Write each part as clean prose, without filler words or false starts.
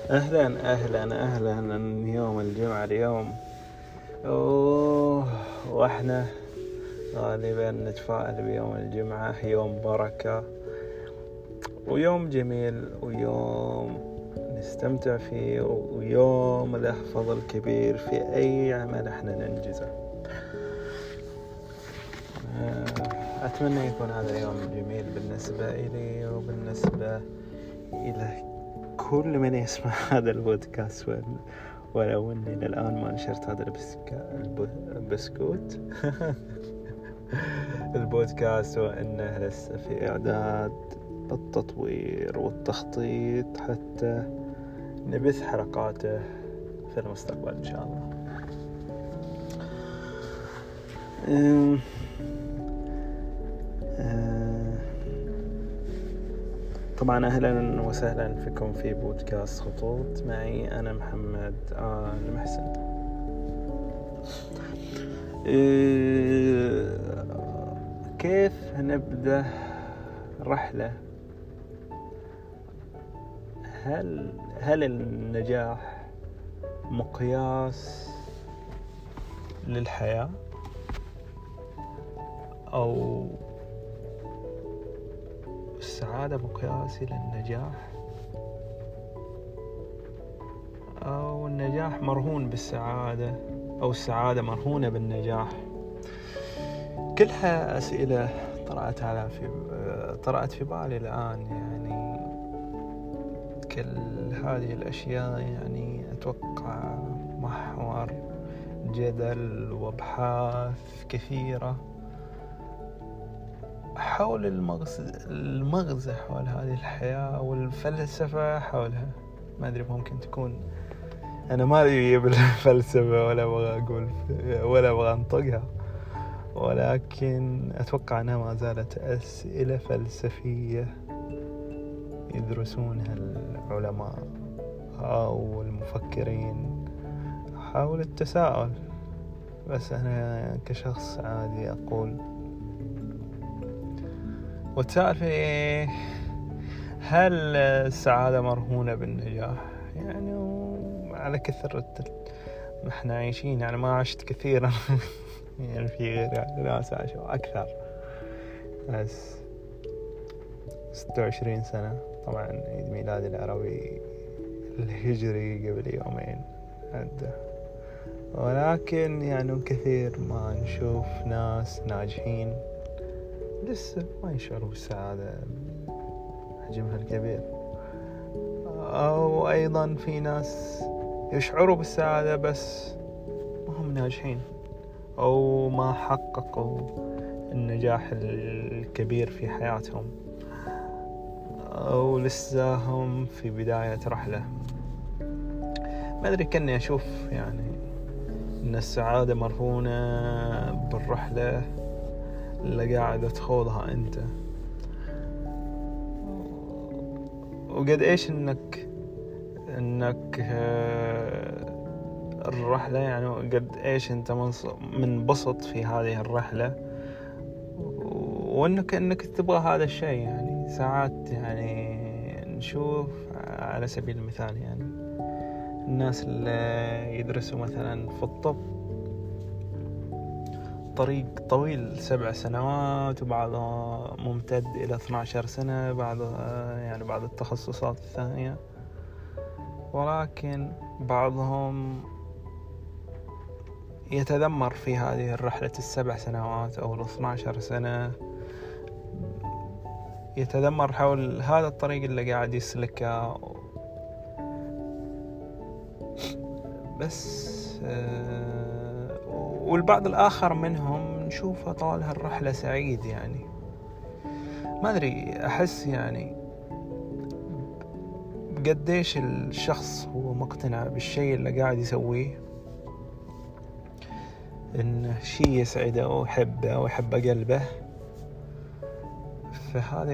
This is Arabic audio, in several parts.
أهلا يوم الجمعة اليوم. وإحنا غالبا نتفائل بيوم الجمعة، يوم بركة ويوم جميل ويوم نستمتع فيه ويوم له فضل كبير في أي عمل إحنا ننجزه. أتمنى يكون هذا اليوم جميل بالنسبة إلي وبالنسبة إلى كل من يسمع هذا البودكاست، ولو أني للآن ما نشرت هذا البسكوت البودكاست، وأنه لسه في إعداد التطوير والتخطيط حتى نبث حلقاته في المستقبل إن شاء الله. طبعا أهلا وسهلا فيكم في بودكاست خطوط، معي أنا محمد المحسن. كيف نبدأ رحلة؟ هل النجاح مقياس للحياة، أو السعادة مقياس للنجاح، أو النجاح مرهون بالسعادة، أو السعادة مرهونة بالنجاح؟ كلها أسئلة طرأت في بالي الآن. يعني كل هذه الأشياء يعني أتوقع محور جدل وابحاث كثيرة حول المغزى حول هذه الحياة والفلسفة حولها. ما أدري، ممكن تكون أنا ما أدري بالفلسفة ولا أبغى أنطقها، ولكن أتوقع أنها ما زالت أسئلة فلسفية يدرسونها العلماء أو المفكرين حول التساؤل. بس أنا كشخص عادي أقول وتساءل في هل السعادة مرهونة بالنجاح؟ يعني على كثرة ما احنا عايشين، يعني ما عشت كثيرا يعني في غير ناس عاشوا أكثر، بس 26 سنة. طبعا عيد ميلادي العربي الهجري قبل يومين عدى، ولكن يعني كثير ما نشوف ناس ناجحين لسه ما يشعروا بالسعادة حجمها الكبير، أو أيضا في ناس يشعروا بالسعادة بس ما هم ناجحين أو ما حققوا النجاح الكبير في حياتهم، أو لسه هم في بداية رحلة. ما أدري، كأني أشوف يعني أن السعادة مرهونة بالرحلة اللي قاعدة تخوضها أنت، وقد إيش إنك الرحلة، يعني قد إيش أنت منبسط في هذه الرحلة، وإنك تبغى هذا الشيء. يعني ساعات يعني نشوف على سبيل المثال يعني الناس اللي يدرسوا مثلا في الطب طريق طويل 7 سنوات، وبعضها ممتد إلى 12 سنة بعد التخصصات الثانية، ولكن بعضهم يتذمر في هذه الرحلة 7 سنوات أو 12 سنة، يتذمر حول هذا الطريق اللي قاعد يسلكه. بس والبعض الآخر منهم نشوفه طوال هالرحلة سعيد. يعني ما أدري، أحس يعني قديش الشخص هو مقتنع بالشيء اللي قاعد يسويه، إنه شيء يسعده ويحبه ويحب قلبه، فهذا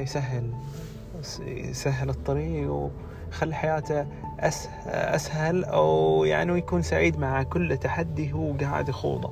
يسهل الطريق ويخلي حياته أسهل، أو يعني يكون سعيد مع كل تحدي هو قاعد يخوضه.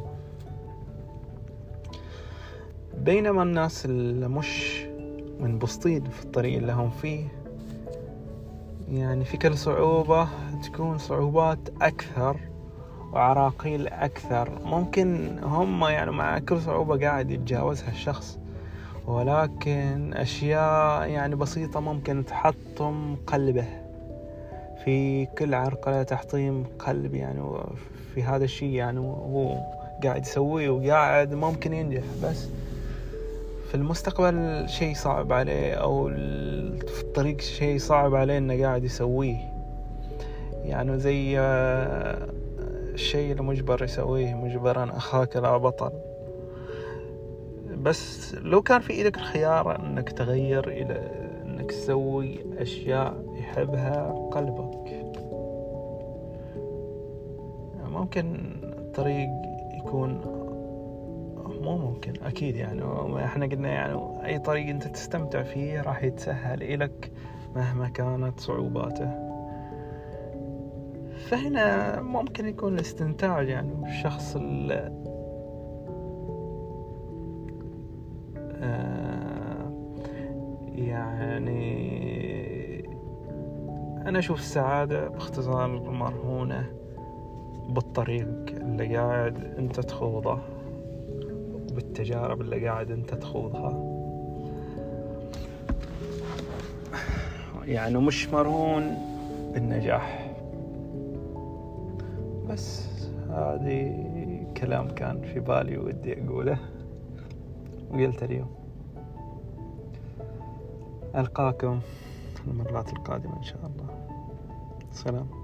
بينما الناس اللي مش منبسطين في الطريق اللي هم فيه يعني في كل صعوبة تكون صعوبات أكثر وعراقيل أكثر. ممكن هم يعني مع كل صعوبة قاعد يتجاوزها الشخص، ولكن أشياء يعني بسيطة ممكن تحطم قلبه. في كل عرقلة تحطيم قلب يعني في هذا الشيء يعني هو قاعد يسويه وقاعد ممكن ينجح، بس في المستقبل شيء صعب عليه، أو في الطريق شيء صعب عليه إنه قاعد يسويه. يعني زي الشيء اللي مجبر يسويه، مجبرا أخاك لا بطل. بس لو كان في إيدك الخيار إنك تغير إلى إنك تسوي أشياء يحبها قلبك، ممكن الطريق يكون مو ممكن أكيد يعني إحنا قلنا يعني أي طريق أنت تستمتع فيه راح يتسهل إلك مهما كانت صعوباته. فهنا ممكن يكون الاستنتاج يعني الشخص يعني أنا أشوف السعادة باختصار مرهونة بالطريق اللي قاعد أنت تخوضه، بالتجارب اللي قاعد أنت تخوضها. يعني مش مرهون بالنجاح. بس هذه كلام كان في بالي ودي أقوله وقلت اليوم. ألقاكم في المرات القادمة إن شاء الله. سلام.